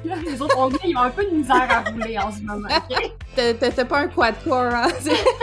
Là, les autres onglets, ils ont un peu de misère à rouler en ce moment, OK? T'as pas un quad-core, hein?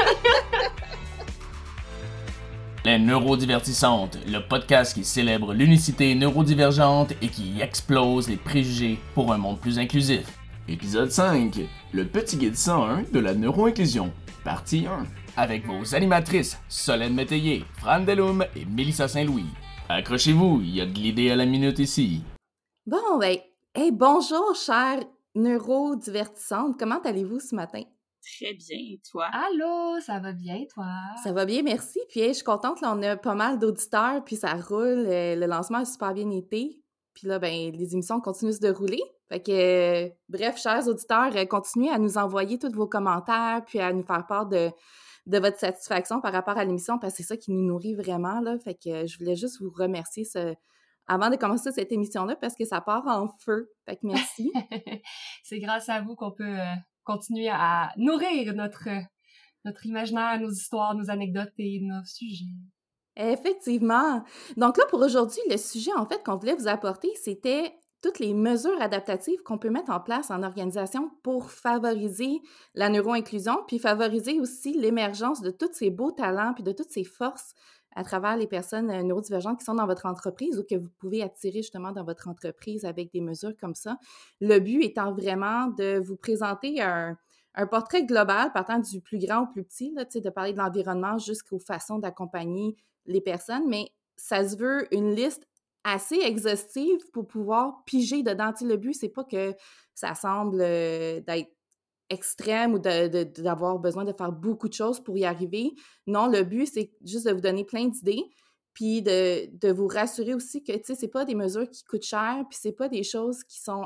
Les Neurodivertissantes, le podcast qui célèbre l'unicité neurodivergente et qui explose les préjugés pour un monde plus inclusif. Épisode 5, le petit guide 101 de la neuroinclusion, partie 1. Avec vos animatrices Solène Métayer, Fran Deloum et Mélissa Saint-Louis. Accrochez-vous, il y a de l'idée à la minute ici. Bon, ben, hey, bonjour, chère neurodivertissante. Comment allez-vous ce matin? Très bien, et toi? Allô, ça va bien, toi? Ça va bien, merci. Puis, hey, je suis contente, là, on a pas mal d'auditeurs, puis ça roule. Le lancement a super bien été. Puis là, ben, les émissions continuent de rouler. Fait que, bref, chers auditeurs, continuez à nous envoyer tous vos commentaires, puis à nous faire part de votre satisfaction par rapport à l'émission, parce que c'est ça qui nous nourrit vraiment, là. Fait que je voulais juste vous remercier avant de commencer cette émission-là, parce que ça part en feu. Fait que merci. C'est grâce à vous qu'on peut continuer à nourrir notre imaginaire, nos histoires, nos anecdotes et nos sujets. Effectivement. Donc là, pour aujourd'hui, le sujet, en fait, qu'on voulait vous apporter, c'était toutes les mesures adaptatives qu'on peut mettre en place en organisation pour favoriser la neuroinclusion, puis favoriser aussi l'émergence de tous ces beaux talents, puis de toutes ces forces à travers les personnes neurodivergentes qui sont dans votre entreprise ou que vous pouvez attirer justement dans votre entreprise avec des mesures comme ça. Le but étant vraiment de vous présenter un portrait global partant du plus grand au plus petit, là, de parler de l'environnement jusqu'aux façons d'accompagner les personnes, mais ça se veut une liste assez exhaustive pour pouvoir piger dedans. Le but, c'est pas que ça semble d'être extrême ou d'avoir besoin de faire beaucoup de choses pour y arriver. Non, le but, c'est juste de vous donner plein d'idées, puis de vous rassurer aussi que, c'est pas des mesures qui coûtent cher, puis c'est pas des choses qui sont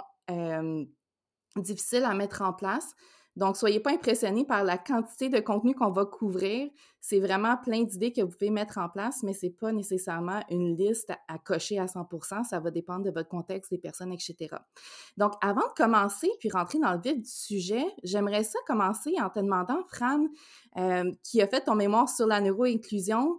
difficiles à mettre en place. Donc, soyez pas impressionnés par la quantité de contenu qu'on va couvrir. C'est vraiment plein d'idées que vous pouvez mettre en place, mais c'est pas nécessairement une liste à cocher à 100%. Ça va dépendre de votre contexte, des personnes, etc. Donc, avant de commencer puis rentrer dans le vif du sujet, j'aimerais ça commencer en te demandant, Fran, qui a fait ton mémoire sur la neuroinclusion,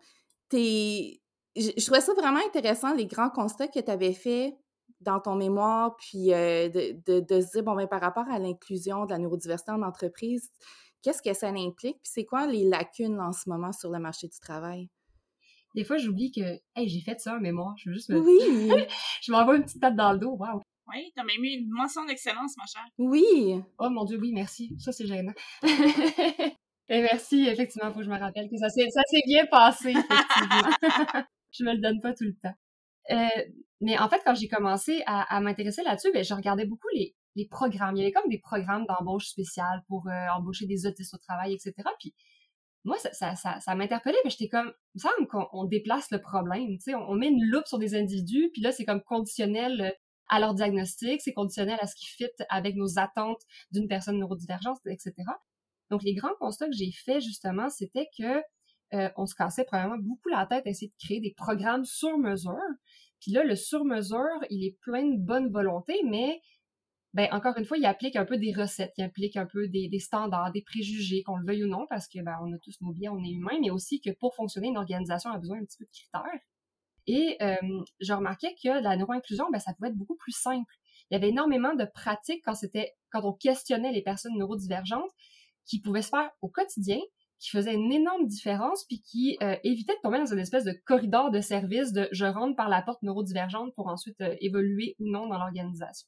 je trouvais ça vraiment intéressant, les grands constats que tu avais faits dans ton mémoire, puis de se dire, bon, ben par rapport à l'inclusion de la neurodiversité en entreprise, qu'est-ce que ça implique? Puis c'est quoi les lacunes en ce moment sur le marché du travail? Des fois, j'oublie que, hey, j'ai fait ça en mémoire. Je veux juste Oui! Je m'envoie une petite tape dans le dos. Wow! Oui, t'as même eu une mention d'excellence, ma chère. Oui! Oh mon Dieu, oui, merci. Ça, c'est gênant. Et merci, effectivement, faut que je me rappelle que ça s'est bien passé, effectivement. Je me le donne pas tout le temps. Mais en fait, quand j'ai commencé à m'intéresser là-dessus, ben, je regardais beaucoup les programmes. Il y avait comme des programmes d'embauche spéciales pour embaucher des autistes au travail, etc. Puis moi, ça m'interpellait, mais j'étais comme, il me semble qu'on déplace le problème, tu sais, on met une loupe sur des individus, puis là, c'est comme conditionnel à leur diagnostic, c'est conditionnel à ce qui fit avec nos attentes d'une personne neurodivergente, etc. Donc, les grands constats que j'ai faits, justement, c'était que on se cassait probablement beaucoup la tête à essayer de créer des programmes sur mesure. Puis là, le sur mesure, il est plein de bonne volonté, mais ben encore une fois, il applique un peu des recettes, il applique un peu des standards, des préjugés, qu'on le veuille ou non, parce que ben on a tous nos biais, on est humain, mais aussi que pour fonctionner, une organisation a besoin un petit peu de critères. Et je remarquais que la neuroinclusion, ben ça pouvait être beaucoup plus simple. Il y avait énormément de pratiques quand on questionnait les personnes neurodivergentes qui pouvaient se faire au quotidien, qui faisaient une énorme différence, puis qui évitaient de tomber dans une espèce de corridor de service de je rentre par la porte neurodivergente pour ensuite évoluer ou non dans l'organisation.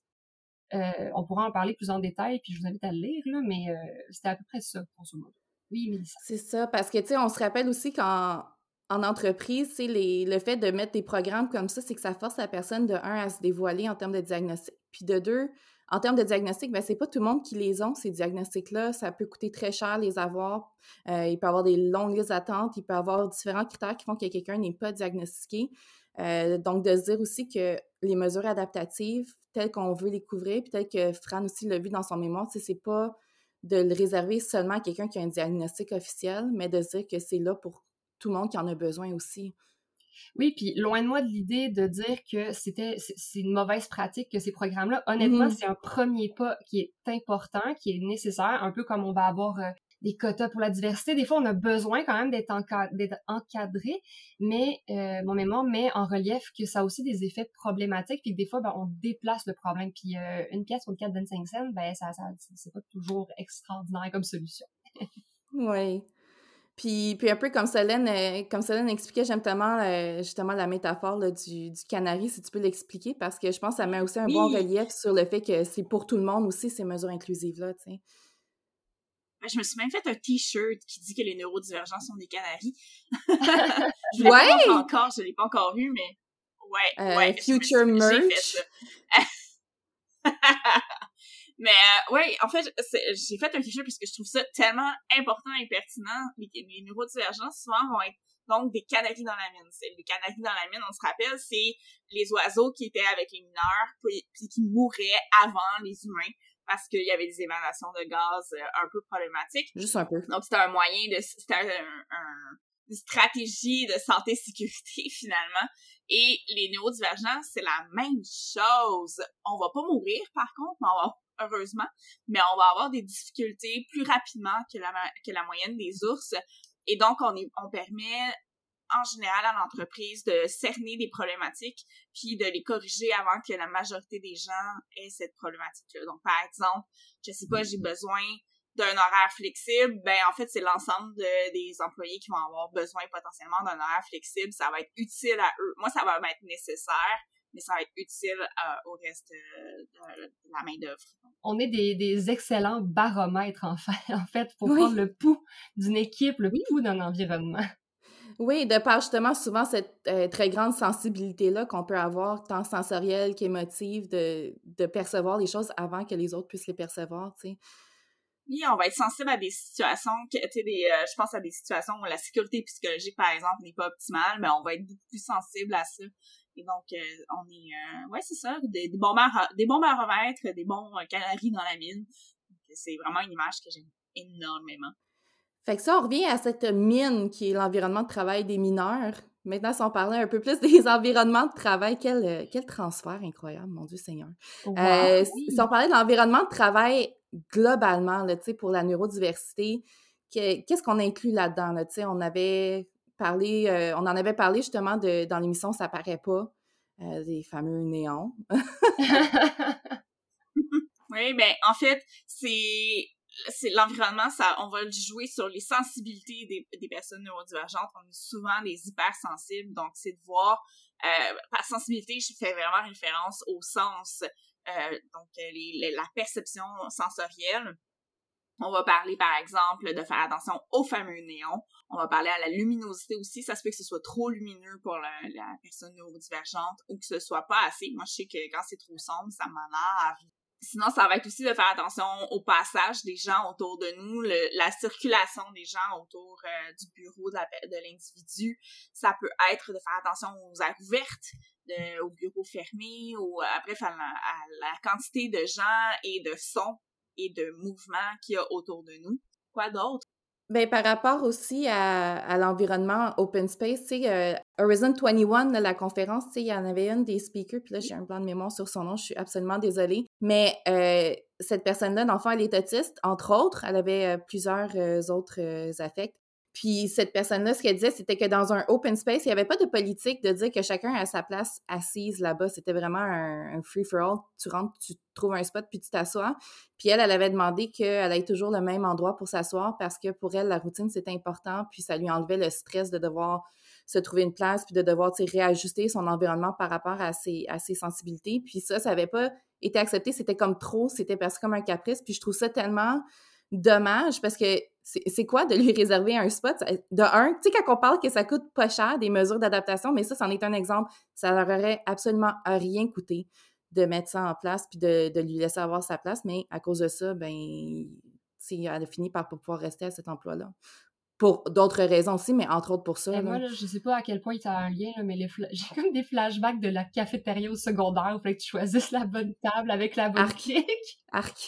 On pourra en parler plus en détail, puis je vous invite à le lire, là, mais c'était à peu près ça, grosso modo. Oui, Mélissa. C'est ça, parce que, tu sais, on se rappelle aussi qu'en entreprise, tu sais, le fait de mettre des programmes comme ça, c'est que ça force la personne, de un, à se dévoiler en termes de diagnostic, puis de deux, en termes de diagnostic, ben c'est pas tout le monde qui les ont, ces diagnostics-là. Ça peut coûter très cher les avoir. Il peut y avoir des longues listes d'attente. Il peut y avoir différents critères qui font que quelqu'un n'est pas diagnostiqué. Donc, de se dire aussi que les mesures adaptatives, telles qu'on veut les couvrir, puis telles que Fran aussi l'a vu dans son mémoire, tu sais, c'est pas de le réserver seulement à quelqu'un qui a un diagnostic officiel, mais de se dire que c'est là pour tout le monde qui en a besoin aussi. Oui, puis loin de moi de l'idée de dire que c'est une mauvaise pratique que ces programmes-là. Honnêtement, c'est un premier pas qui est important, qui est nécessaire, un peu comme on va avoir des quotas pour la diversité. Des fois, on a besoin quand même d'être encadré, mais mon mémoire met en relief que ça a aussi des effets problématiques, puis que des fois, ben, on déplace le problème. Puis une pièce pour 4,25 cents, ben ça c'est pas toujours extraordinaire comme solution. Oui. Puis un peu comme Solène expliquait, j'aime tellement justement la métaphore là, du canari, si tu peux l'expliquer, parce que je pense que ça met aussi un bon Oui! relief sur le fait que c'est pour tout le monde aussi, ces mesures inclusives-là, tu sais. Ben, je me suis même fait un t-shirt qui dit que les neurodivergents sont des canaris. Je Ouais! l'ai pas montré encore, je l'ai pas encore eu, mais ouais, Future j'ai fait merch. ça. Mais ouais, en fait, j'ai fait un t-shirt parce que je trouve ça tellement important et pertinent. Les neurodivergents, souvent, vont être donc des canaris dans la mine. Les canaris dans la mine, on se rappelle, c'est les oiseaux qui étaient avec les mineurs puis qui mouraient avant les humains parce qu'il y avait des émanations de gaz un peu problématiques. Juste un peu. Donc, c'était un moyen c'était une stratégie de santé-sécurité, finalement. Et les neurodivergents, c'est la même chose. On va pas mourir, par contre, mais heureusement, mais on va avoir des difficultés plus rapidement que la moyenne des ours. Et donc, on permet, en général, à l'entreprise de cerner des problématiques puis de les corriger avant que la majorité des gens aient cette problématique-là. Donc, par exemple, je sais pas, j'ai besoin d'un horaire flexible, ben en fait, c'est l'ensemble des employés qui vont avoir besoin potentiellement d'un horaire flexible. Ça va être utile à eux. Moi, ça va m'être nécessaire, mais ça va être utile au reste de la main-d'œuvre. On est des excellents baromètres, en fait, pour Oui. prendre le pouls d'une équipe, le pouls d'un environnement. Oui, de par justement souvent cette très grande sensibilité-là qu'on peut avoir, tant sensorielle qu'émotive, de percevoir les choses avant que les autres puissent les percevoir, tu sais. Oui, on va être sensible à des situations, je pense à des situations où la sécurité psychologique, par exemple, n'est pas optimale, mais on va être beaucoup plus sensible à ça. Et donc, on est, c'est ça, des bons baromètres, des bons canaris dans la mine. Donc, c'est vraiment une image que j'aime énormément. Fait que ça, on revient à cette mine qui est l'environnement de travail des mineurs. Maintenant, si on parlait un peu plus des environnements de travail, quel transfert incroyable, mon Dieu Seigneur. Wow, Si on parlait de l'environnement de travail globalement, là, pour la neurodiversité, qu'est-ce qu'on inclut là-dedans? Là, on en avait parlé justement dans l'émission Ça paraît pas, des fameux néons. Oui, ben en fait, c'est l'environnement, ça, on va jouer sur les sensibilités des personnes neurodivergentes. On est souvent des hypersensibles, donc c'est de voir, par sensibilité, je fais vraiment référence au sens, donc la perception sensorielle. On va parler, par exemple, de faire attention aux fameux néons. On va parler à la luminosité aussi. Ça se peut que ce soit trop lumineux pour la personne neurodivergente ou que ce soit pas assez. Moi, je sais que quand c'est trop sombre, ça m'énerve. Sinon, ça va être aussi de faire attention au passage des gens autour de nous, la circulation des gens autour du bureau de l'individu. Ça peut être de faire attention aux aires ouvertes, aux bureaux fermés, bref, à la quantité de gens et de sons et de mouvements qu'il y a autour de nous. Quoi d'autre? Ben, par rapport aussi à l'environnement open space, tu sais, Horizon 21, là, la conférence, tu sais, il y en avait une des speakers, puis là, j'ai un blanc de mémoire sur son nom, je suis absolument désolée, mais cette personne-là, dans le fond, elle est autiste, entre autres, elle avait plusieurs autres affects. Puis cette personne-là, ce qu'elle disait, c'était que dans un open space, il n'y avait pas de politique de dire que chacun a sa place assise là-bas. C'était vraiment un free-for-all. Tu rentres, tu trouves un spot, puis tu t'assois. Puis elle avait demandé qu'elle ait toujours le même endroit pour s'asseoir parce que pour elle, la routine, c'était important. Puis ça lui enlevait le stress de devoir se trouver une place puis de devoir réajuster son environnement par rapport à ses sensibilités. Puis ça n'avait pas été accepté. C'était comme trop, c'était perçu comme un caprice. Puis je trouve ça tellement dommage parce que c'est quoi de lui réserver un spot? De un, tu sais, quand on parle que ça coûte pas cher, des mesures d'adaptation, mais ça, c'en est un exemple. Ça leur aurait absolument rien coûté de mettre ça en place puis de lui laisser avoir sa place, mais à cause de ça, ben, elle a fini par pas pouvoir rester à cet emploi-là. Pour d'autres raisons aussi, mais entre autres pour ça. Moi, là, je sais pas à quel point ça a un lien, là, mais j'ai comme des flashbacks de la cafétéria au secondaire où il fallait que tu choisisses la bonne table avec la bonne clique. Arc.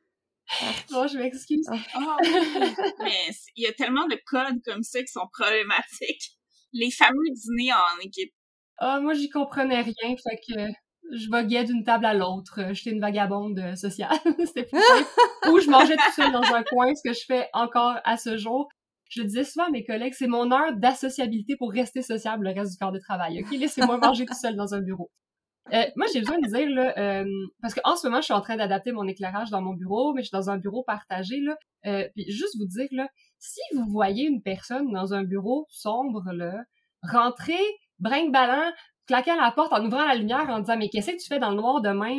Bon, je m'excuse. Ah oui, mais il y a tellement de codes comme ça qui sont problématiques. Les fameux dîners en équipe. Moi, j'y comprenais rien, fait que je voguais d'une table à l'autre. J'étais une vagabonde sociale. C'était plus simple. Ou je mangeais tout seul dans un coin, ce que je fais encore à ce jour. Je le disais souvent à mes collègues, c'est mon heure d'associabilité pour rester sociable le reste du corps de travail. OK, laissez-moi manger tout seul dans un bureau. Moi, j'ai besoin de dire, là, parce qu'en ce moment, je suis en train d'adapter mon éclairage dans mon bureau, mais je suis dans un bureau partagé, là. Puis juste vous dire, là, si vous voyez une personne dans un bureau sombre, là, rentrer, brinque-ballant, claquer à la porte en ouvrant la lumière en disant « Mais qu'est-ce que tu fais dans le noir de même? »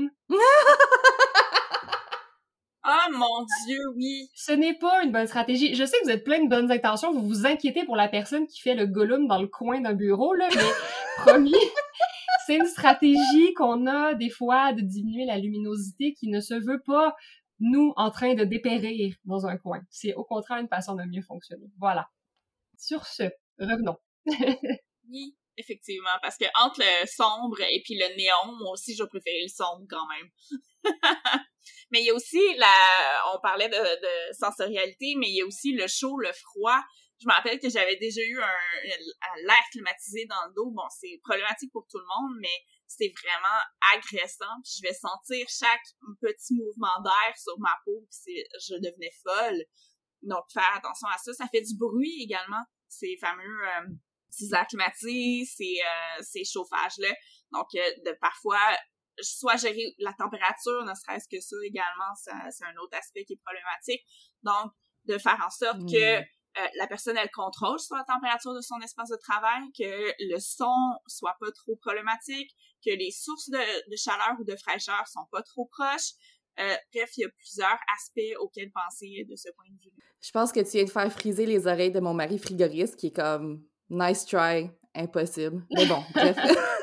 Ah, mon Dieu, oui! Ce n'est pas une bonne stratégie. Je sais que vous êtes plein de bonnes intentions, vous vous inquiétez pour la personne qui fait le Gollum dans le coin d'un bureau, là, mais promis, c'est une stratégie qu'on a des fois de diminuer la luminosité qui ne se veut pas, nous, en train de dépérir dans un coin. C'est au contraire une façon de mieux fonctionner. Voilà. Sur ce, revenons. Oui, effectivement, parce que entre le sombre et puis le néon, moi aussi, je préférais le sombre quand même. Mais il y a aussi on parlait de sensorialité, mais il y a aussi le chaud, le froid. Je me rappelle que j'avais déjà eu l'air climatisé dans le dos. Bon, c'est problématique pour tout le monde, mais c'est vraiment agressant. Puis je vais sentir chaque petit mouvement d'air sur ma peau, puis je devenais folle. Donc, faire attention à ça. Ça fait du bruit également, ces fameux ces airs climatisés, ces chauffages-là. Donc, de parfois, soit gérer la température, ne serait-ce que ça également, c'est un autre aspect qui est problématique. Donc, de faire en sorte que la personne, elle contrôle sur la température de son espace de travail, que le son soit pas trop problématique, que les sources de chaleur ou de fraîcheur sont pas trop proches. Bref, il y a plusieurs aspects auxquels penser de ce point de vue. Je pense que tu viens de faire friser les oreilles de mon mari frigoriste qui est comme « nice try, impossible ». Mais bon, bref.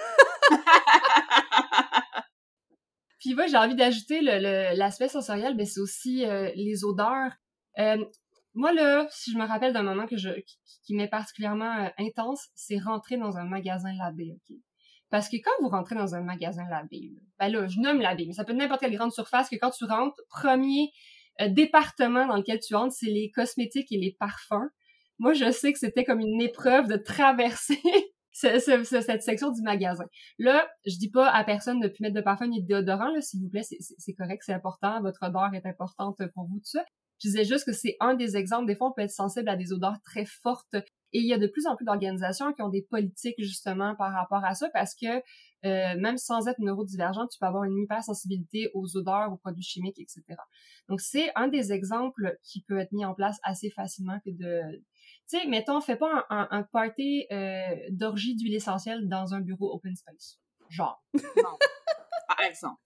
Puis moi, j'ai envie d'ajouter l'aspect sensoriel, mais c'est aussi les odeurs. Moi, là, si je me rappelle d'un moment qui m'est particulièrement intense, c'est rentrer dans un magasin Labé, OK? Parce que quand vous rentrez dans un magasin Labé, ben là, je nomme Labé, mais ça peut être n'importe quelle grande surface que quand tu rentres, premier département dans lequel tu entres, c'est les cosmétiques et les parfums. Moi, je sais que c'était comme une épreuve de traverser cette section du magasin. Là, je dis pas à personne de plus mettre de parfum ni de déodorant, là, s'il vous plaît, c'est correct, c'est important, votre odeur est importante pour vous, tout ça. Je disais juste que c'est un des exemples. Des fois, on peut être sensible à des odeurs très fortes. Et il y a de plus en plus d'organisations qui ont des politiques, justement, par rapport à ça, parce que même sans être neurodivergent, tu peux avoir une hypersensibilité aux odeurs, aux produits chimiques, etc. Donc, c'est un des exemples qui peut être mis en place assez facilement que de... Tu sais, mettons, fais pas un party d'orgie d'huile essentielle dans un bureau open space. Genre. Non. Par exemple.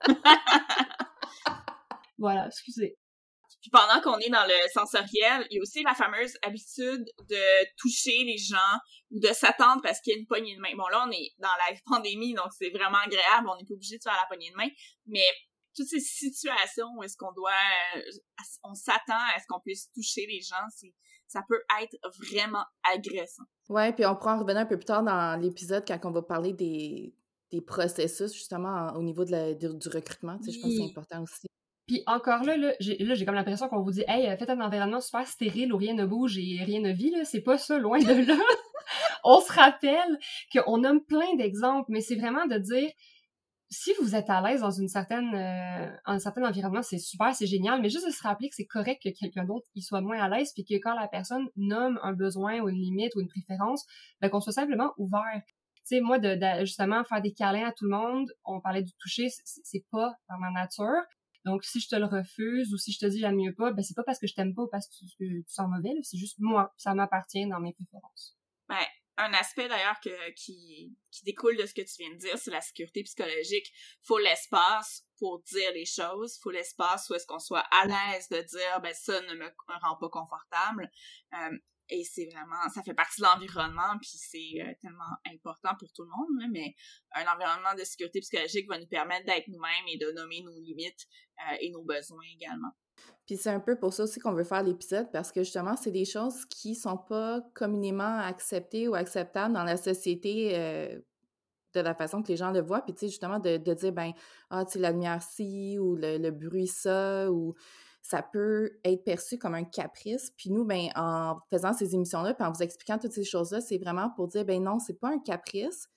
Voilà, excusez. Puis pendant qu'on est dans le sensoriel, il y a aussi la fameuse habitude de toucher les gens ou de s'attendre parce qu'il y a une poignée de main. Bon, là, on est dans la pandémie, donc c'est vraiment agréable, on n'est pas obligé de faire la poignée de main, mais toutes ces situations où est-ce qu'on on s'attend à ce qu'on puisse toucher les gens, ça peut être vraiment agressant. Ouais, puis on pourra en revenir un peu plus tard dans l'épisode quand on va parler des processus, justement, au niveau du recrutement. Tu sais, je pense que c'est important aussi. Puis encore là, j'ai comme l'impression qu'on vous dit « Hey, faites un environnement super stérile où rien ne bouge et rien ne vit. » là. C'est pas ça, loin de là. On se rappelle qu'on nomme plein d'exemples, mais c'est vraiment de dire si vous êtes à l'aise dans un certain environnement, c'est super, c'est génial, mais juste de se rappeler que c'est correct que quelqu'un d'autre il soit moins à l'aise, puis que quand la personne nomme un besoin ou une limite ou une préférence, ben qu'on soit simplement ouvert. Tu sais, moi, de justement faire des câlins à tout le monde, on parlait du toucher, c'est pas dans ma nature. Donc, si je te le refuse ou si je te dis j'aime mieux pas, ben c'est pas parce que je t'aime pas ou parce que tu sens mauvais, là, c'est juste moi, ça m'appartient dans mes préférences. Ben, un aspect d'ailleurs qui découle de ce que tu viens de dire, c'est la sécurité psychologique. Faut l'espace pour dire les choses, faut l'espace où est-ce qu'on soit à l'aise de dire ben ça ne me rend pas confortable. Et c'est vraiment, ça fait partie de l'environnement, puis c'est tellement important pour tout le monde, là, mais un environnement de sécurité psychologique va nous permettre d'être nous-mêmes et de nommer nos limites et nos besoins également. Puis c'est un peu pour ça aussi qu'on veut faire l'épisode, parce que justement, c'est des choses qui sont pas communément acceptées ou acceptables dans la société de la façon que les gens le voient. Puis tu sais, justement, de dire, ben, tu sais, la lumière ci, ou le bruit ça, ou ça peut être perçu comme un caprice. Puis nous, ben, en faisant ces émissions-là, puis en vous expliquant toutes ces choses-là, c'est vraiment pour dire, ben non, c'est pas un caprice.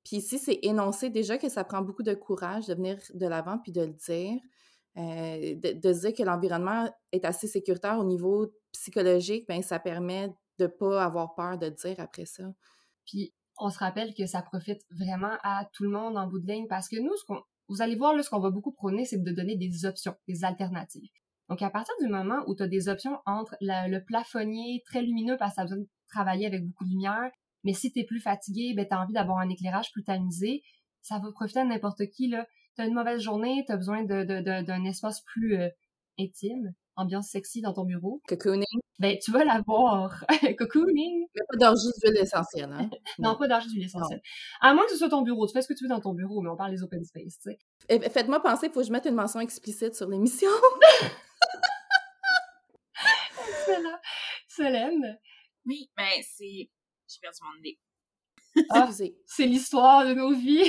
Puis ici, c'est énoncé déjà que ça prend beaucoup de courage de venir de l'avant puis de le dire, de se dire que l'environnement est assez sécuritaire au niveau psychologique, bien, ça permet de pas avoir peur de le dire après ça. Puis on se rappelle que ça profite vraiment à tout le monde en bout de ligne parce que nous, vous allez voir, là, ce qu'on va beaucoup prôner, c'est de donner des options, des alternatives. Donc, à partir du moment où tu as des options entre le plafonnier très lumineux parce que tu as besoin de travailler avec beaucoup de lumière, mais si tu es plus fatigué, ben, tu as envie d'avoir un éclairage plus tamisé, ça va profiter à n'importe qui, là. Tu as une mauvaise journée, tu as besoin d'un espace plus intime, ambiance sexy dans ton bureau. Cocooning. Ben, tu vas l'avoir. Cocooning. Mais pas d'orgie d'huile essentielle, hein? Non, pas d'argile d'huile essentielle. À moins que ce soit ton bureau. Tu fais ce que tu veux dans ton bureau, mais on parle des open space, tu sais. Faites-moi penser, il faut que je mette une mention explicite sur l'émission. Excellent. Solène. Oui, mais c'est... J'ai perdu mon idée. Ah, c'est l'histoire de nos vies.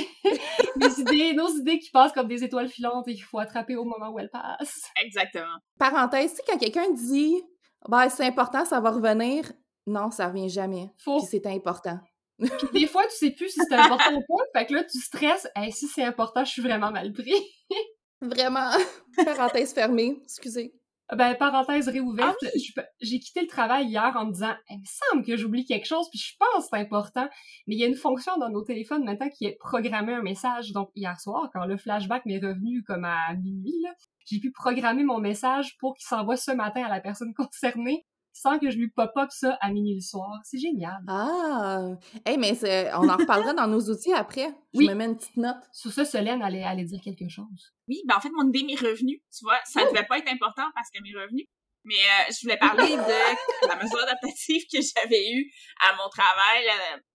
nos idées qui passent comme des étoiles filantes et qu'il faut attraper au moment où elles passent. Exactement. Parenthèse, tu sais, quand quelqu'un dit « Ben, c'est important, ça va revenir », non, ça revient jamais. Faux. Puis c'est important. Puis des fois, tu sais plus si c'est important ou pas, fait que là, tu stresses. Hey, si c'est important, je suis vraiment mal pris. Vraiment. Parenthèse fermée, excusez. Ben, parenthèse réouverte, j'ai quitté le travail hier en me disant « Il me semble que j'oublie quelque chose, puis je pense que c'est important. » Mais il y a une fonction dans nos téléphones maintenant qui est programmer un message. Donc, hier soir, quand le flashback m'est revenu comme à minuit, là, j'ai pu programmer mon message pour qu'il s'envoie ce matin à la personne concernée sans que je lui pop-up ça à minuit le soir. C'est génial. Ah! Hey, mais on en reparlera dans nos outils après. Je me mets une petite note. Sur ça, Solène allait dire quelque chose. Oui, ben en fait, mon idée m'est revenue. Tu vois, ça devait pas être important parce qu'elle m'est revenue. Mais je voulais parler de la mesure adaptative que j'avais eue à mon travail.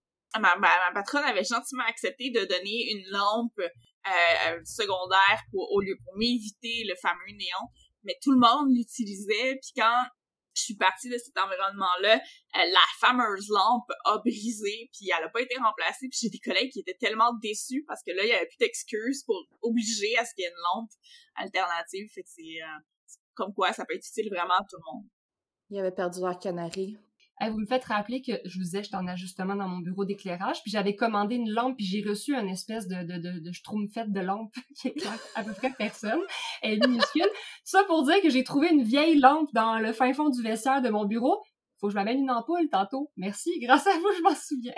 Ma patronne avait gentiment accepté de donner une lampe secondaire pour m'éviter le fameux néon. Mais tout le monde l'utilisait. Puis quand je suis partie de cet environnement-là, la fameuse lampe a brisé, puis elle a pas été remplacée, puis j'ai des collègues qui étaient tellement déçus parce que là, il y avait plus d'excuses pour obliger à ce qu'il y ait une lampe alternative. Fait que c'est comme quoi ça peut être utile vraiment à tout le monde. Ils avaient perdu leur canari. Hey, vous me faites rappeler que je vous disais, j'étais en ajustement dans mon bureau d'éclairage, puis j'avais commandé une lampe, puis j'ai reçu une espèce de schtroumpfette de lampe qui éclaire à peu près personne. Elle est minuscule. Ça pour dire que j'ai trouvé une vieille lampe dans le fin fond du vestiaire de mon bureau. Faut que je m'amène une ampoule tantôt. Merci, grâce à vous, je m'en souviens.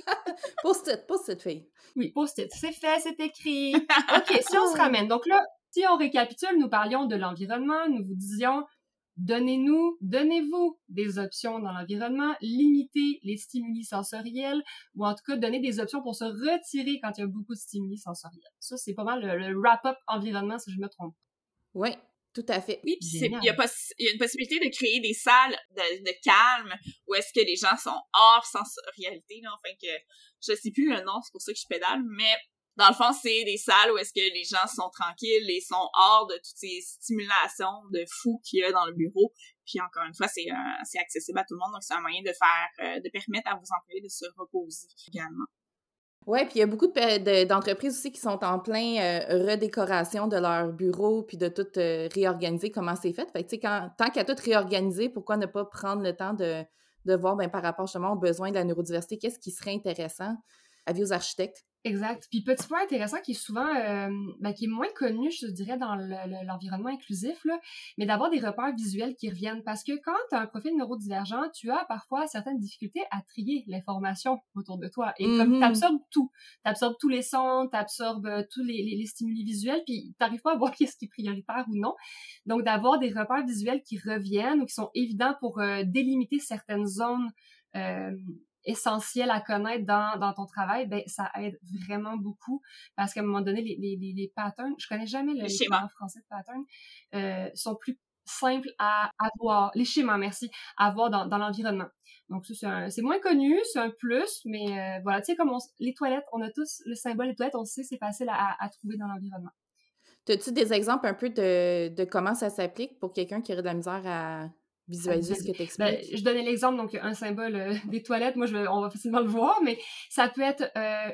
Post-it, fille. Oui, post-it. C'est fait, c'est écrit. OK, si on se ramène. Donc là, si on récapitule, nous parlions de l'environnement, nous vous disions... Donnez-vous des options dans l'environnement, limitez les stimuli sensoriels, ou en tout cas, donnez des options pour se retirer quand il y a beaucoup de stimuli sensoriels. Ça, c'est pas mal le wrap-up environnement, si je me trompe. Oui, tout à fait. Oui, puis il y a une possibilité de créer des salles de calme où est-ce que les gens sont hors sensorialité, là, enfin que je sais plus le nom, c'est pour ça que je pédale, mais dans le fond, c'est des salles où est-ce que les gens sont tranquilles et sont hors de toutes ces stimulations de fou qu'il y a dans le bureau. Puis encore une fois, c'est accessible à tout le monde, donc c'est un moyen de permettre à vos employés de se reposer également. Oui, puis il y a beaucoup d'entreprises aussi qui sont en plein redécoration de leur bureau puis de tout réorganiser comment c'est fait. Fait que, tu sais, tant qu'à tout réorganiser, pourquoi ne pas prendre le temps de voir, ben, par rapport justement aux besoins de la neurodiversité, qu'est-ce qui serait intéressant? Avis aux architectes. Exact. Puis petit point intéressant qui est souvent, qui est moins connu, je dirais, dans l'environnement inclusif, là, mais d'avoir des repères visuels qui reviennent. Parce que quand tu as un profil neurodivergent, tu as parfois certaines difficultés à trier l'information autour de toi. Et comme t'absorbes tout, t'absorbes tous les sons, t'absorbes tous les stimuli visuels, puis t'arrives pas à voir qu'est-ce qui est prioritaire ou non. Donc d'avoir des repères visuels qui reviennent ou qui sont évidents pour délimiter certaines zones essentiel à connaître dans ton travail, ben ça aide vraiment beaucoup parce qu'à un moment donné, les patterns, je connais jamais le schéma en français de pattern, sont plus simples à avoir. Les schémas, merci, à avoir dans l'environnement. Donc ça, c'est moins connu, c'est un plus, mais voilà, tu sais, comme les toilettes, on a tous le symbole des toilettes, on sait, c'est facile à trouver dans l'environnement. As-tu des exemples un peu de comment ça s'applique pour quelqu'un qui aurait de la misère à visualiser ce que tu expliques? Ben, je donnais l'exemple, donc un symbole des toilettes, moi on va facilement le voir, mais ça peut être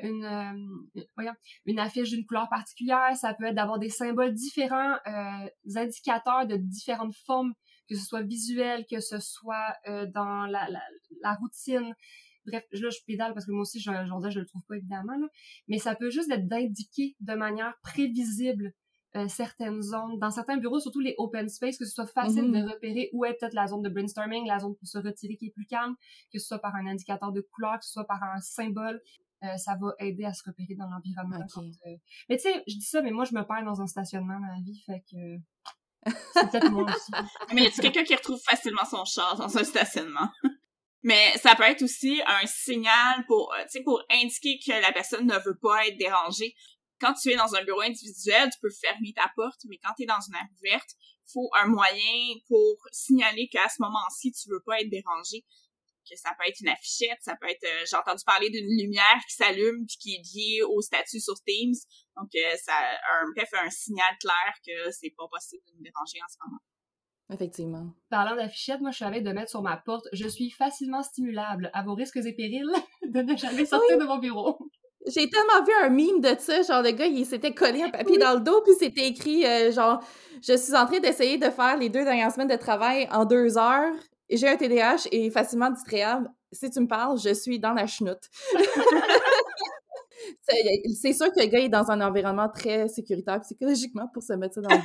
une affiche d'une couleur particulière, ça peut être d'avoir des symboles différents, des indicateurs de différentes formes, que ce soit visuel, que ce soit dans la routine. bref, là, je pédale parce que moi aussi, je le trouve pas évidemment, là, mais ça peut juste être d'indiquer de manière prévisible certaines zones, dans certains bureaux, surtout les open space, que ce soit facile de repérer où est peut-être la zone de brainstorming, la zone pour se retirer qui est plus calme, que ce soit par un indicateur de couleur, que ce soit par un symbole, ça va aider à se repérer dans l'environnement. Okay. Mais tu sais, je dis ça, mais moi, je me perds dans un stationnement dans la vie, fait que c'est peut-être moi aussi. Mais y a-tu quelqu'un qui retrouve facilement son char dans un stationnement? Mais ça peut être aussi un signal pour indiquer que la personne ne veut pas être dérangée. Quand tu es dans un bureau individuel, tu peux fermer ta porte, mais quand tu es dans une aire ouverte, il faut un moyen pour signaler qu'à ce moment-ci, tu veux pas être dérangé. Que ça peut être une affichette, ça peut être, j'ai entendu parler d'une lumière qui s'allume puis qui est liée au statut sur Teams. Donc, un signal clair que c'est pas possible de nous déranger en ce moment. Effectivement. Parlant d'affichette, moi, je savais de mettre sur ma porte « Je suis facilement stimulable. À vos risques et périls de ne jamais sortir de mon bureau. » J'ai tellement vu un meme de ça, genre le gars, il s'était collé un papier dans le dos, puis c'était écrit genre « Je suis en train d'essayer de faire les 2 dernières semaines de travail en 2 heures. J'ai un TDAH et facilement distrayable. Si tu me parles, je suis dans la chenoute. » C'est sûr que le gars est dans un environnement très sécuritaire psychologiquement pour se mettre ça dans le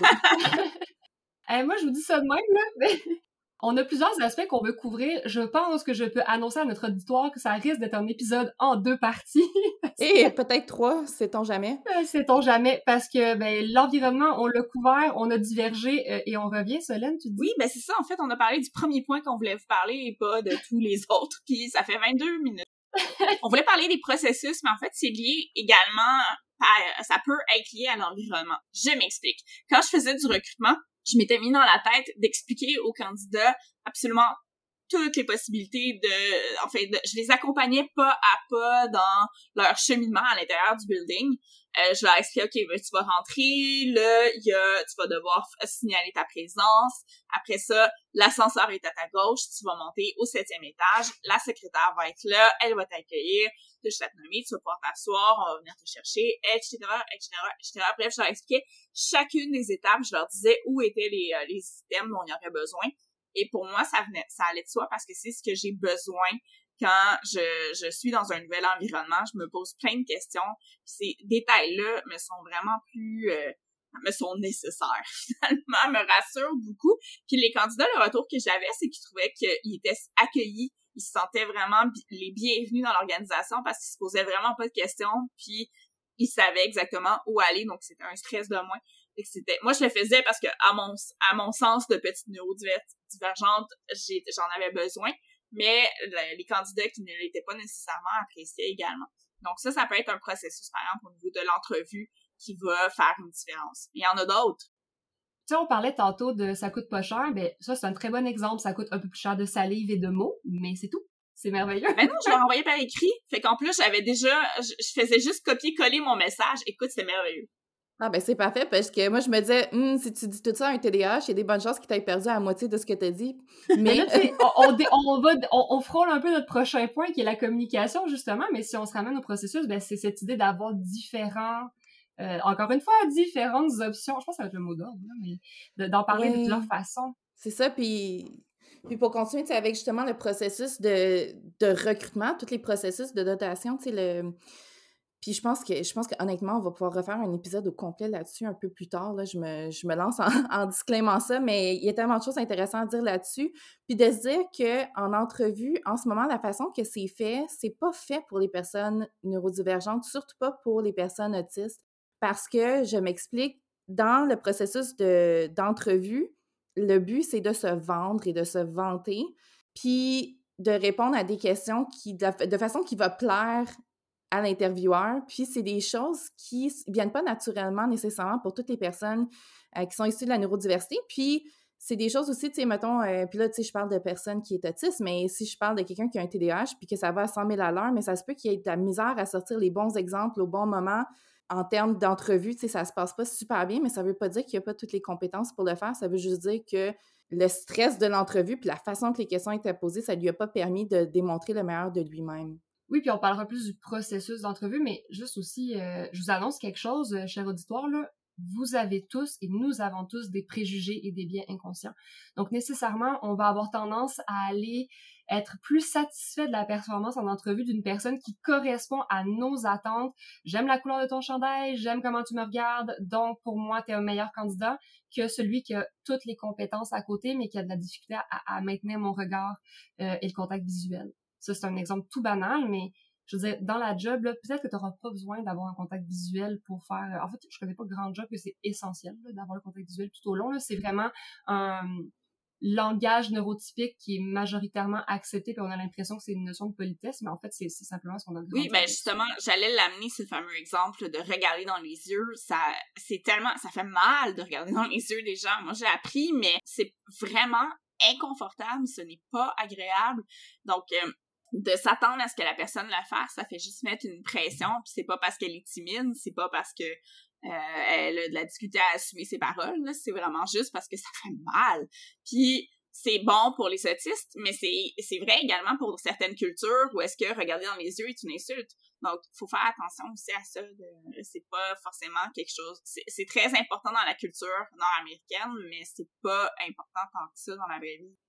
dos. Moi, je vous dis ça de même, là, mais on a plusieurs aspects qu'on veut couvrir. Je pense que je peux annoncer à notre auditoire que ça risque d'être un épisode en 2 parties. Et peut-être 3, sait-on jamais. Sait-on jamais, parce que l'environnement, on l'a couvert, on a divergé, et on revient. Solène, tu dis? Oui, c'est ça. En fait, on a parlé du premier point qu'on voulait vous parler et pas de tous les autres, puis ça fait 22 minutes. On voulait parler des processus, mais en fait, c'est lié également ça peut être lié à l'environnement. Je m'explique. Quand je faisais du recrutement, je m'étais mis dans la tête d'expliquer aux candidats absolument toutes les possibilités je les accompagnais pas à pas dans leur cheminement à l'intérieur du building. Je leur expliquais, OK, tu vas rentrer, là, tu vas devoir signaler ta présence. Après ça, l'ascenseur est à ta gauche, tu vas monter au 7e étage. La secrétaire va être là, elle va t'accueillir, tu vas te nommer, tu vas pouvoir t'asseoir, on va venir te chercher, etc., etc., etc. Bref, je leur expliquais chacune des étapes, je leur disais où étaient les items dont il y aurait besoin. Et pour moi, ça allait de soi parce que c'est ce que j'ai besoin quand je suis dans un nouvel environnement. Je me pose plein de questions. Ces détails-là me sont vraiment me sont nécessaires, finalement, me rassurent beaucoup. Puis les candidats, le retour que j'avais, c'est qu'ils trouvaient qu'ils étaient accueillis, ils se sentaient vraiment les bienvenus dans l'organisation parce qu'ils se posaient vraiment pas de questions, puis ils savaient exactement où aller, donc c'était un stress de moins. Moi, je le faisais parce que, à mon sens de petite neurodivergente, j'en avais besoin, mais les candidats qui ne l'étaient pas nécessairement appréciaient également. Donc ça peut être un processus, par exemple, au niveau de l'entrevue qui va faire une différence. Il y en a d'autres. Tu sais, on parlait tantôt de ça coûte pas cher, ça, c'est un très bon exemple. Ça coûte un peu plus cher de salive et de mots, mais c'est tout. C'est merveilleux. Ben non, je l'ai envoyé par écrit. Fait qu'en plus, je faisais juste copier-coller mon message. Écoute, c'était merveilleux. Ah c'est parfait parce que moi je me disais si tu dis tout ça à un TDAH, il y a des bonnes chances qu'il t'aille perdu à la moitié de ce que t'as dit. Mais là, on frôle un peu notre prochain point qui est la communication justement, mais si on se ramène au processus, c'est cette idée d'avoir différentes options. Je pense que ça va être le mot d'ordre, mais d'en parler de plusieurs façons. C'est ça, puis pour continuer, avec justement le processus de recrutement, tous les processus de dotation, Puis je pense que honnêtement, on va pouvoir refaire un épisode au complet là-dessus un peu plus tard. Là, je me lance en disclaimant ça, mais il y a tellement de choses intéressantes à dire là-dessus. Puis de se dire qu'en entrevue, en ce moment, la façon que c'est pas fait pour les personnes neurodivergentes, surtout pas pour les personnes autistes, parce que, je m'explique, dans le processus d'entrevue, le but, c'est de se vendre et de se vanter, puis de répondre à des questions de façon qui va plaire à l'intervieweur, puis c'est des choses qui viennent pas naturellement nécessairement pour toutes les personnes qui sont issues de la neurodiversité, puis c'est des choses aussi, tu sais, mettons, puis là, tu sais, je parle de personnes qui est autiste, mais si je parle de quelqu'un qui a un TDAH, puis que ça va à 100 000 à l'heure, mais ça se peut qu'il y ait de la misère à sortir les bons exemples au bon moment en termes d'entrevue, tu sais, ça se passe pas super bien, mais ça veut pas dire qu'il y a pas toutes les compétences pour le faire, ça veut juste dire que le stress de l'entrevue, puis la façon que les questions étaient posées, ça lui a pas permis de démontrer le meilleur de lui-même. Oui, puis on parlera plus du processus d'entrevue, mais juste aussi, je vous annonce quelque chose, cher auditoire, là. Vous avez tous et nous avons tous des préjugés et des biais inconscients. Donc, nécessairement, on va avoir tendance à aller être plus satisfait de la performance en entrevue d'une personne qui correspond à nos attentes. J'aime la couleur de ton chandail, j'aime comment tu me regardes, donc pour moi, t'es un meilleur candidat que celui qui a toutes les compétences à côté, mais qui a de la difficulté à maintenir mon regard et le contact visuel. Ça, c'est un exemple tout banal, mais je veux dire, dans la job, là, peut-être que tu n'auras pas besoin d'avoir un contact visuel pour faire... En fait, je connais pas grand job que c'est essentiel là, d'avoir le contact visuel tout au long. Là. C'est vraiment un langage neurotypique qui est majoritairement accepté, puis on a l'impression que c'est une notion de politesse, mais en fait, c'est simplement ce qu'on a grandi. Oui, ben justement, j'allais l'amener, ce fameux exemple de regarder dans les yeux. Ça fait mal de regarder dans les yeux des gens. Moi, j'ai appris, mais c'est vraiment inconfortable, ce n'est pas agréable. Donc, de s'attendre à ce que la personne le fasse, ça fait juste mettre une pression, puis c'est pas parce qu'elle est timide, c'est pas parce que elle a de la difficulté à assumer ses paroles, là, c'est vraiment juste parce que ça fait mal. Puis c'est bon pour les autistes, mais c'est vrai également pour certaines cultures où est-ce que regarder dans les yeux est une insulte. Donc, il faut faire attention aussi à ça. C'est pas forcément quelque chose... C'est très important dans la culture nord-américaine, mais c'est pas important tant que ça dans la vraie vie.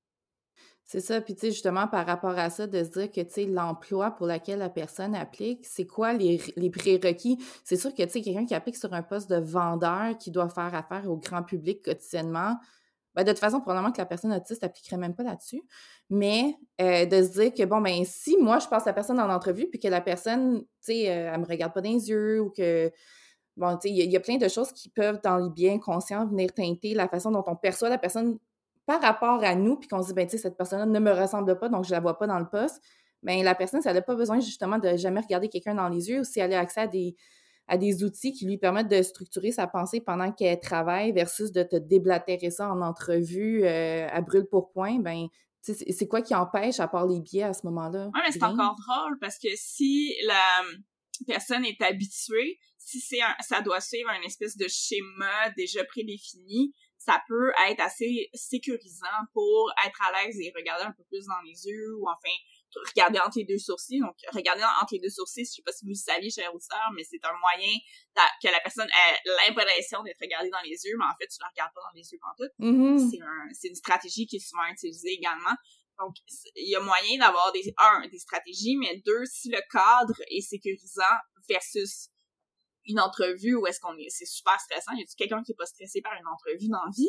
C'est ça, puis tu sais, justement, par rapport à ça, de se dire que, tu sais, l'emploi pour lequel la personne applique, c'est quoi les prérequis? C'est sûr que, tu sais, quelqu'un qui applique sur un poste de vendeur qui doit faire affaire au grand public quotidiennement, ben, de toute façon, probablement que la personne autiste n'appliquerait même pas là-dessus. Mais de se dire que, bon, ben si moi, je passe la personne en entrevue puis que la personne, tu sais, elle me regarde pas dans les yeux ou que, bon, tu sais, il y a plein de choses qui peuvent, dans les biens conscients, venir teinter la façon dont on perçoit la personne par rapport à nous, puis qu'on se dit, ben tu sais, cette personne-là ne me ressemble pas, donc je la vois pas dans le poste. Ben la personne, si elle n'a pas besoin, justement, de jamais regarder quelqu'un dans les yeux ou si elle a accès à des outils qui lui permettent de structurer sa pensée pendant qu'elle travaille versus de te déblatérer ça en entrevue à brûle-pourpoint, ben c'est quoi qui empêche, à part les biais à ce moment-là? Ouais, mais c'est encore drôle parce que si la personne est habituée, si ça doit suivre un espèce de schéma déjà prédéfini, ça peut être assez sécurisant pour être à l'aise et regarder un peu plus dans les yeux ou enfin regarder entre les deux sourcils. Donc, regarder entre les deux sourcils, je sais pas si vous le saviez, chers auditeurs, mais c'est un moyen que la personne ait l'impression d'être regardée dans les yeux, mais en fait, tu la regardes pas dans les yeux pantoute. Mm-hmm. C'est une stratégie qui est souvent utilisée également. Donc, il y a moyen d'avoir des stratégies, mais deux, si le cadre est sécurisant versus une entrevue où c'est super stressant. Y a-t-il quelqu'un qui est pas stressé par une entrevue dans la vie?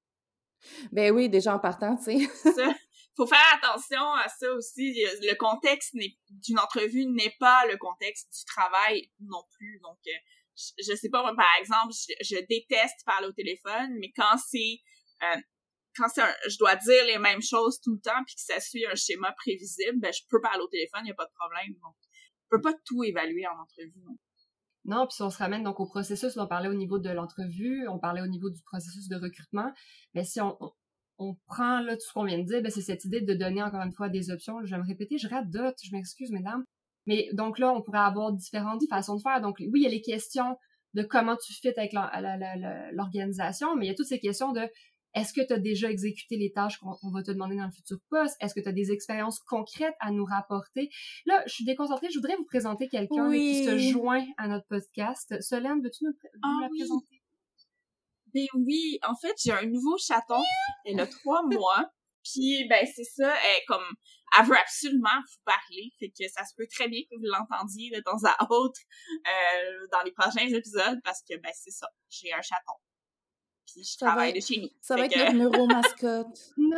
Ben oui, déjà en partant, tu sais. Ça, faut faire attention à ça aussi. Le contexte d'une entrevue n'est pas le contexte du travail non plus. Donc, je sais pas, moi, par exemple, je déteste parler au téléphone, mais quand je dois dire les mêmes choses tout le temps puis que ça suit un schéma prévisible, ben je peux parler au téléphone, il y a pas de problème. Donc, je peux pas tout évaluer en entrevue, non. Non, puis si on se ramène donc au processus, on parlait au niveau de l'entrevue, on parlait au niveau du processus de recrutement, mais si on prend là tout ce qu'on vient de dire, ben c'est cette idée de donner encore une fois des options. Je vais me répéter, je radote, je m'excuse mesdames. Mais donc là, on pourrait avoir différentes façons de faire. Donc oui, il y a les questions de comment tu fit avec l'organisation, mais il y a toutes ces questions de est-ce que tu as déjà exécuté les tâches qu'on va te demander dans le futur poste? Est-ce que tu as des expériences concrètes à nous rapporter? Là, je suis déconcentrée. Je voudrais vous présenter quelqu'un qui se joint à notre podcast. Solène, veux-tu nous la présenter? Ben oui, en fait, j'ai un nouveau chaton. Elle a 3 mois. Puis, ben c'est ça, elle veut absolument vous parler. Fait que ça se peut très bien que vous l'entendiez de temps à autre dans les prochains épisodes parce que, ben c'est ça, j'ai un chaton. Puis je travaille de chez nous. Ça va être notre neuromascotte.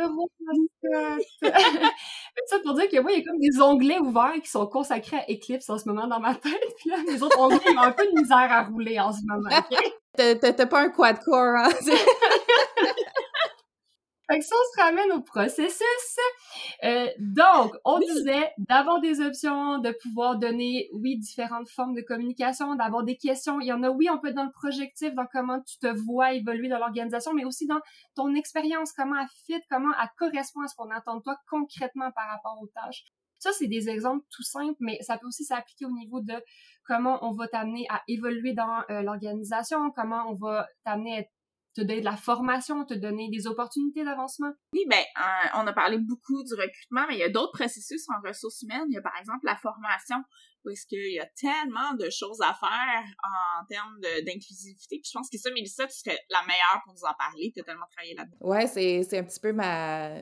Ça pour dire que moi, il y a comme des onglets ouverts qui sont consacrés à Eclipse en ce moment dans ma tête. Puis là, les autres onglets, ils ont un peu de misère à rouler en ce moment. Okay? T'as pas un quad-core, hein? Fait que ça, on se ramène au processus. Donc, on disait d'avoir des options, de pouvoir donner, oui, différentes formes de communication, d'avoir des questions. Il y en a, oui, on peut être dans le projectif, dans comment tu te vois évoluer dans l'organisation, mais aussi dans ton expérience, comment elle fit, comment elle correspond à ce qu'on attend de toi concrètement par rapport aux tâches. Ça, c'est des exemples tout simples, mais ça peut aussi s'appliquer au niveau de comment on va t'amener à évoluer dans l'organisation, comment on va t'amener à te donner de la formation, te donner des opportunités d'avancement. Oui, ben, on a parlé beaucoup du recrutement, mais il y a d'autres processus en ressources humaines. Il y a par exemple la formation, où est-ce qu'il y a tellement de choses à faire en termes d'inclusivité. Puis je pense que ça, Mélissa, tu serais la meilleure pour nous en parler. Tu as tellement travaillé là-dedans. Ouais, c'est un petit peu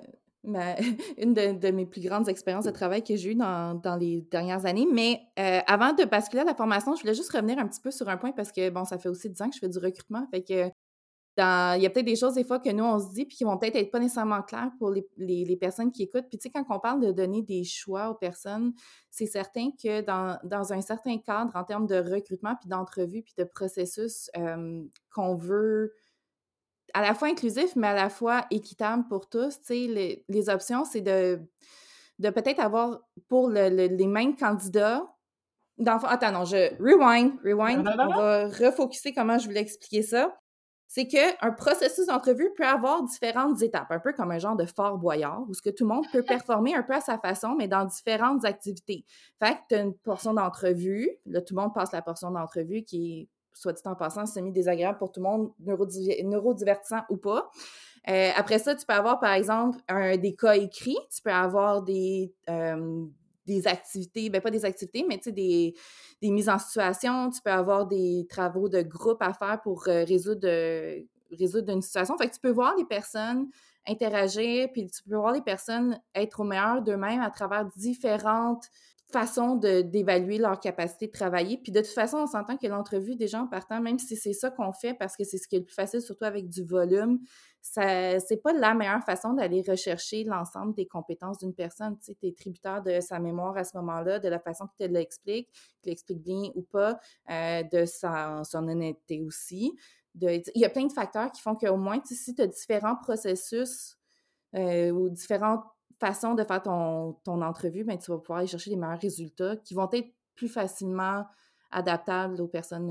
une de mes plus grandes expériences de travail que j'ai eues dans les dernières années. Mais avant de basculer à la formation, je voulais juste revenir un petit peu sur un point parce que, bon, ça fait aussi 10 ans que je fais du recrutement. Fait que il y a peut-être des choses des fois que nous, on se dit puis qui vont peut-être être pas nécessairement claires pour les personnes qui écoutent. Puis tu sais, quand on parle de donner des choix aux personnes, c'est certain que dans un certain cadre, en termes de recrutement puis d'entrevue puis de processus qu'on veut à la fois inclusif, mais à la fois équitable pour tous, tu sais, les options, c'est de peut-être avoir pour les mêmes candidats, attends, non, rewind, on va refocuser comment je voulais expliquer ça. C'est qu'un processus d'entrevue peut avoir différentes étapes, un peu comme un genre de Fort Boyard, où ce que tout le monde peut performer un peu à sa façon, mais dans différentes activités. Fait que tu as une portion d'entrevue, là, tout le monde passe la portion d'entrevue qui est, soit dit en passant, semi-désagréable pour tout le monde, neurodivertissant ou pas. Après ça, tu peux avoir, par exemple, des cas écrits, tu peux avoir des activités, ben pas des activités, mais tu sais, des mises en situation, tu peux avoir des travaux de groupe à faire pour résoudre une situation. Fait que tu peux voir les personnes interagir, puis tu peux voir les personnes être au meilleur d'eux-mêmes à travers différentes façon d'évaluer leur capacité de travailler. Puis de toute façon, on s'entend que l'entrevue des gens en partant, même si c'est ça qu'on fait, parce que c'est ce qui est le plus facile, surtout avec du volume, c'est pas la meilleure façon d'aller rechercher l'ensemble des compétences d'une personne. Tu sais, t'es tributaire de sa mémoire à ce moment-là, de la façon qu'il l'explique bien ou pas, de son honnêteté aussi. Il y a plein de facteurs qui font qu'au moins, si tu as différents processus ou différentes façon de faire ton entrevue, ben, tu vas pouvoir aller chercher les meilleurs résultats qui vont être plus facilement adaptables aux personnes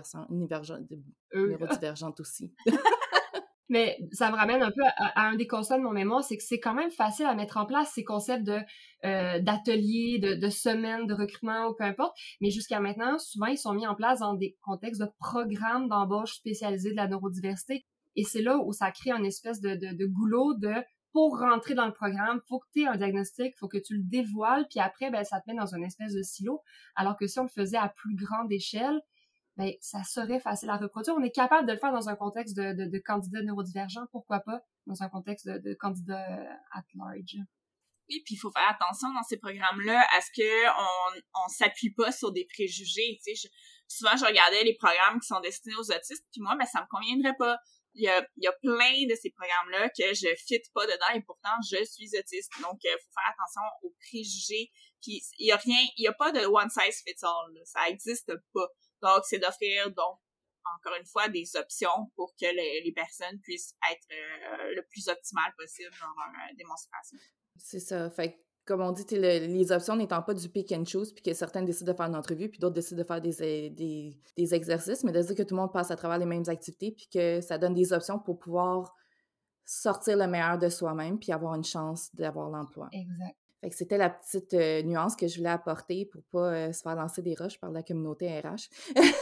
neurodivergentes aussi. Mais ça me ramène un peu à un des constats de mon mémoire, c'est que c'est quand même facile à mettre en place ces concepts d'ateliers, de semaines de recrutement ou peu importe. Mais jusqu'à maintenant, souvent, ils sont mis en place dans des contextes de programmes d'embauche spécialisés de la neurodiversité. Et c'est là où ça crée une espèce de goulot pour rentrer dans le programme, faut que tu aies un diagnostic, faut que tu le dévoiles, puis après, ben, ça te met dans une espèce de silo. Alors que si on le faisait à plus grande échelle, ben, ça serait facile à reproduire. On est capable de le faire dans un contexte de candidats neurodivergents, pourquoi pas dans un contexte de candidats at large. Oui, puis il faut faire attention dans ces programmes-là à ce que on s'appuie pas sur des préjugés. Tu sais, souvent je regardais les programmes qui sont destinés aux autistes, puis moi, ben ça me conviendrait pas. Il y a plein de ces programmes-là que je fit pas dedans et pourtant je suis autiste. Donc faut faire attention aux préjugés. Puis il y a pas de one size fits all. Là. Ça existe pas. Donc c'est d'offrir encore une fois des options pour que les personnes puissent être le plus optimales possible dans leur démonstration. C'est ça. Fait que, comme on dit, les options n'étant pas du pick and choose, puis que certaines décident de faire une entrevue, puis d'autres décident de faire des exercices, mais de dire que tout le monde passe à travers les mêmes activités, puis que ça donne des options pour pouvoir sortir le meilleur de soi-même, puis avoir une chance d'avoir l'emploi. Exact. Fait que c'était la petite nuance que je voulais apporter pour pas se faire lancer des roches par la communauté RH.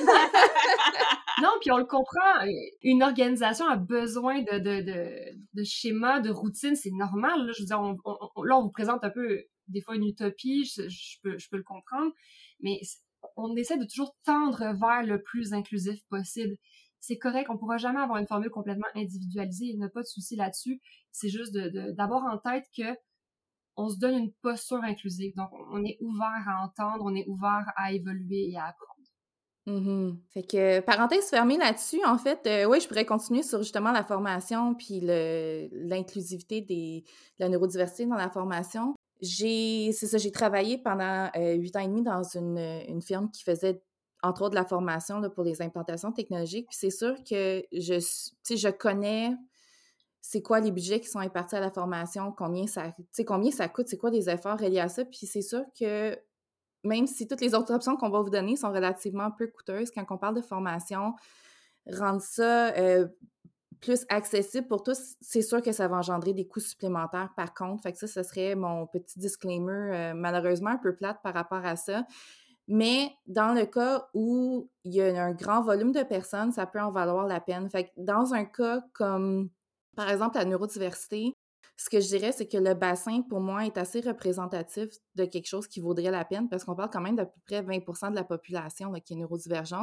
Non, puis on le comprend. Une organisation a besoin de schémas, de routines, c'est normal. Là. Je veux dire, là, on vous présente un peu des fois une utopie, je peux le comprendre, mais on essaie de toujours tendre vers le plus inclusif possible. C'est correct, on pourra jamais avoir une formule complètement individualisée, il n'y a pas de souci là-dessus. C'est juste d'avoir en tête que on se donne une posture inclusive. Donc, on est ouvert à entendre, on est ouvert à évoluer et à apprendre. Mm-hmm. Fait que, parenthèse fermée là-dessus, en fait, oui, je pourrais continuer sur justement la formation puis l'inclusivité de la neurodiversité dans la formation. J'ai travaillé pendant 8 ans et demi dans une firme qui faisait, entre autres, de la formation là, pour les implantations technologiques. Puis c'est sûr que je connais c'est quoi les budgets qui sont impartis à la formation, combien ça coûte, c'est quoi les efforts reliés à ça. Puis c'est sûr que même si toutes les autres options qu'on va vous donner sont relativement peu coûteuses, quand on parle de formation, rendre ça plus accessible pour tous, c'est sûr que ça va engendrer des coûts supplémentaires par contre. Fait que ça serait mon petit disclaimer, malheureusement un peu plate par rapport à ça. Mais dans le cas où il y a un grand volume de personnes, ça peut en valoir la peine. Fait que dans un cas comme, par exemple, la neurodiversité, ce que je dirais, c'est que le bassin, pour moi, est assez représentatif de quelque chose qui vaudrait la peine parce qu'on parle quand même d'à peu près 20% de la population là, qui est neurodivergente.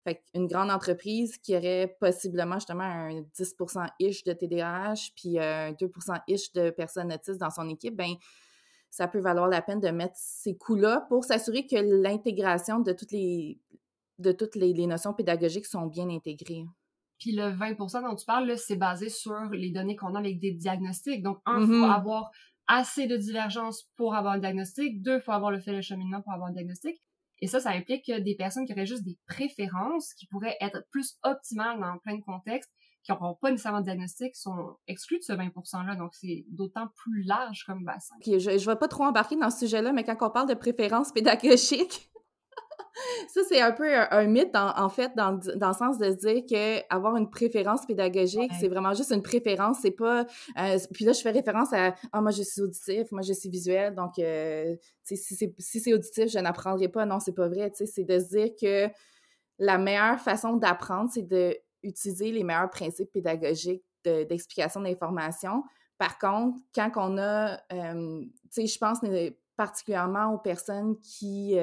Fait qu'une grande entreprise qui aurait possiblement justement un 10%-ish de TDAH puis un 2%-ish de personnes autistes dans son équipe, ben ça peut valoir la peine de mettre ces coûts-là pour s'assurer que l'intégration de toutes les notions pédagogiques sont bien intégrées. Puis le 20% dont tu parles, là, c'est basé sur les données qu'on a avec des diagnostics. Donc, il faut avoir assez de divergence pour avoir un diagnostic. 2, il faut avoir le fait le cheminement pour avoir un diagnostic. Et ça implique que des personnes qui auraient juste des préférences, qui pourraient être plus optimales dans plein de contextes, qui n'auront pas nécessairement de diagnostic, sont exclus de ce 20%-là. Donc, c'est d'autant plus large comme bassin. Puis je ne vais pas trop embarquer dans ce sujet-là, mais quand on parle de préférences pédagogiques, ça, c'est un peu un mythe, en fait, dans le sens de se dire qu'avoir une préférence pédagogique, c'est vraiment juste une préférence, c'est pas... puis là, je fais référence à « Ah, moi, je suis auditif, moi, je suis visuel, donc si c'est auditif, je n'apprendrai pas. » Non, c'est pas vrai, tu sais, c'est de se dire que la meilleure façon d'apprendre, c'est d'utiliser les meilleurs principes pédagogiques d'explication d'information. Par contre, quand on a... tu sais, je pense particulièrement aux personnes qui...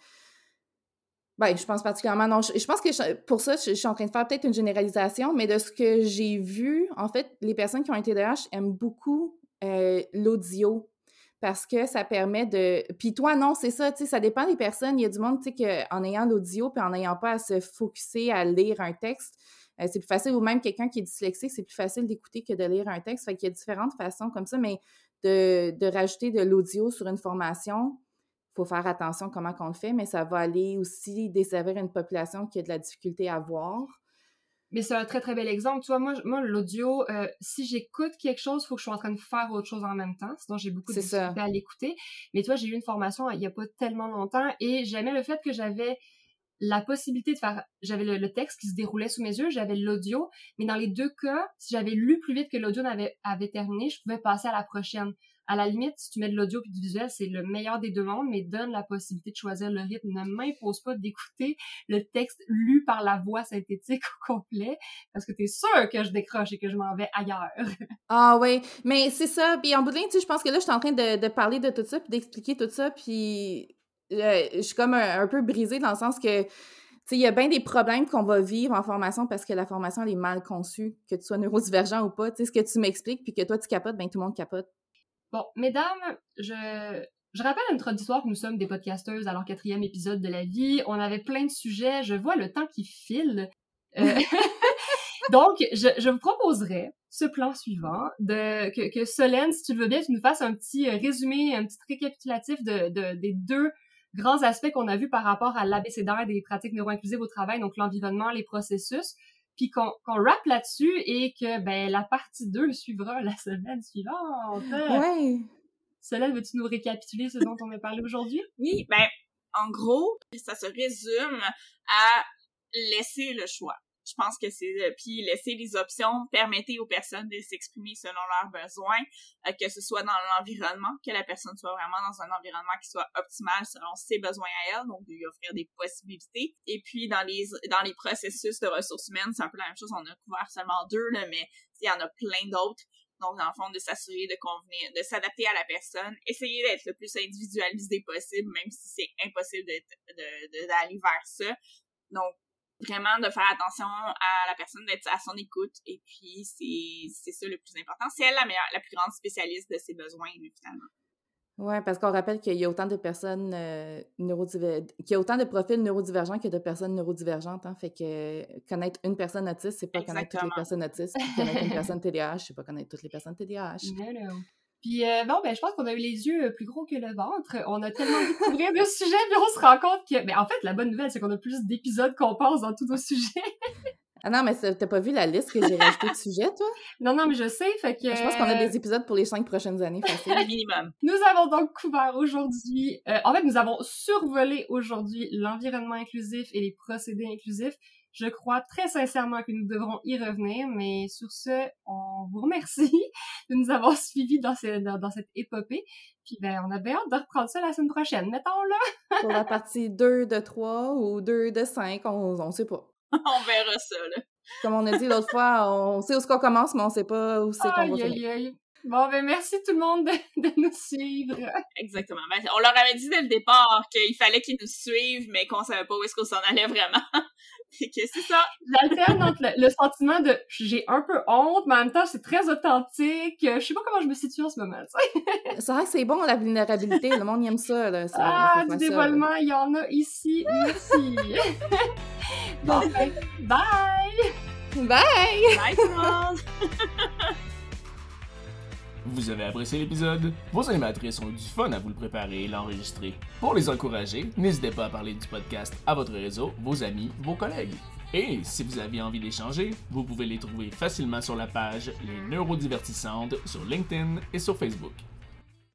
je pense particulièrement, non, je pense que pour ça, je suis en train de faire peut-être une généralisation, mais de ce que j'ai vu, en fait, les personnes qui ont un TDAH aiment beaucoup l'audio parce que ça permet de... Puis toi, non, c'est ça, tu sais, ça dépend des personnes. Il y a du monde, tu sais, qu'en ayant l'audio puis en n'ayant pas à se focusser à lire un texte, c'est plus facile, ou même quelqu'un qui est dyslexique, c'est plus facile d'écouter que de lire un texte. Fait qu'il y a différentes façons comme ça, mais de rajouter de l'audio sur une formation... Il faut faire attention comment on le fait, mais ça va aller aussi desservir une population qui a de la difficulté à voir. Mais c'est un très, très bel exemple. Tu vois, moi l'audio, si j'écoute quelque chose, il faut que je sois en train de faire autre chose en même temps. Sinon, j'ai beaucoup de difficulté à l'écouter. Mais tu vois, j'ai eu une formation il n'y a pas tellement longtemps et j'aimais le fait que j'avais la possibilité de faire... J'avais le texte qui se déroulait sous mes yeux, j'avais l'audio, mais dans les deux cas, si j'avais lu plus vite que l'audio avait terminé, je pouvais passer à la prochaine. À la limite, si tu mets de l'audio puis du visuel, c'est le meilleur des deux mondes, mais donne la possibilité de choisir le rythme. Ne m'impose pas d'écouter le texte lu par la voix synthétique au complet, parce que t'es sûr que je décroche et que je m'en vais ailleurs. Ah oui, mais c'est ça. Puis en bout de ligne, tu sais, je pense que là, je suis en train de parler de tout ça puis d'expliquer tout ça, puis je suis comme un peu brisée dans le sens que, tu sais, il y a bien des problèmes qu'on va vivre en formation parce que la formation, elle est mal conçue, que tu sois neurodivergent ou pas. Tu sais, ce que tu m'expliques puis que toi, tu capotes, bien, tout le monde capote. Bon, mesdames, je rappelle à notre auditoire que nous sommes des podcasteuses à leur 4e épisode de la vie. On avait plein de sujets. Je vois le temps qui file. Donc, je vous proposerais ce plan suivant, que Solène, si tu le veux bien, tu nous fasses un petit résumé, un petit récapitulatif des 2 grands aspects qu'on a vus par rapport à l'abécédaire des pratiques neuroinclusives au travail, donc l'environnement, les processus, puis qu'on rappe là-dessus et que la partie 2 suivra la semaine suivante. Ouais. Solène, veux-tu nous récapituler ce dont on a parlé aujourd'hui? Oui, en gros, ça se résume à laisser le choix. Je pense que c'est... Puis laisser les options, permettez aux personnes de s'exprimer selon leurs besoins, que ce soit dans l'environnement, que la personne soit vraiment dans un environnement qui soit optimal selon ses besoins à elle, donc de lui offrir des possibilités. Et puis dans les processus de ressources humaines, c'est un peu la même chose, on a couvert seulement 2, là, mais il y en a plein d'autres. Donc, dans le fond, de s'assurer de convenir, de s'adapter à la personne, essayer d'être le plus individualisé possible, même si c'est impossible d'aller vers ça. Donc, vraiment de faire attention à la personne, d'être à son écoute, et puis c'est ça le plus important. C'est elle la plus grande spécialiste de ses besoins, finalement. Oui, parce qu'on rappelle qu'il y a autant de personnes qu'il y a autant de profils neurodivergents que de personnes neurodivergentes, hein. Fait que connaître une personne autiste, c'est pas connaître toutes les personnes autistes. Puis connaître une personne TDAH, c'est pas connaître toutes les personnes TDAH. Non. Puis je pense qu'on a eu les yeux plus gros que le ventre. On a tellement envie de couvrir de sujets, puis on se rend compte que... en fait, la bonne nouvelle, c'est qu'on a plus d'épisodes qu'on passe dans tous nos sujets. Ah non, mais t'as pas vu la liste que j'ai rajoutée de sujets, toi? Non, mais je sais, fait que... Je pense qu'on a des épisodes pour les 5 prochaines années, facile. Minimum. Nous avons donc couvert aujourd'hui... en fait, nous avons survolé aujourd'hui l'environnement inclusif et les procédés inclusifs. Je crois très sincèrement que nous devrons y revenir, mais sur ce, on vous remercie de nous avoir suivis dans cette épopée. Puis on a bien hâte de reprendre ça la semaine prochaine. Mettons-le! Pour la partie 2 de 3 ou 2 de 5, on sait pas. On verra ça, là. Comme on a dit l'autre fois, on sait où est-ce qu'on commence, mais on sait pas où c'est qu'on va finir. Bon, merci tout le monde de nous suivre. Exactement. On leur avait dit dès le départ qu'il fallait qu'ils nous suivent, mais qu'on savait pas où est-ce qu'on s'en allait vraiment. Fait que c'est ça. J'alterne entre le sentiment de j'ai un peu honte, mais en même temps, c'est très authentique. Je sais pas comment je me situe en ce moment, tu sais. C'est vrai que c'est bon, la vulnérabilité. Le monde aime ça, là. Du Ça, là. dévoilement, il y en a ici. Merci. Bon, ben, bye! Bye! Bye tout le monde! Vous avez apprécié l'épisode? Vos animatrices ont eu du fun à vous le préparer et l'enregistrer. Pour les encourager, n'hésitez pas à parler du podcast à votre réseau, vos amis, vos collègues. Et si vous avez envie d'échanger, vous pouvez les trouver facilement sur la page Les Neurodivertissantes sur LinkedIn et sur Facebook.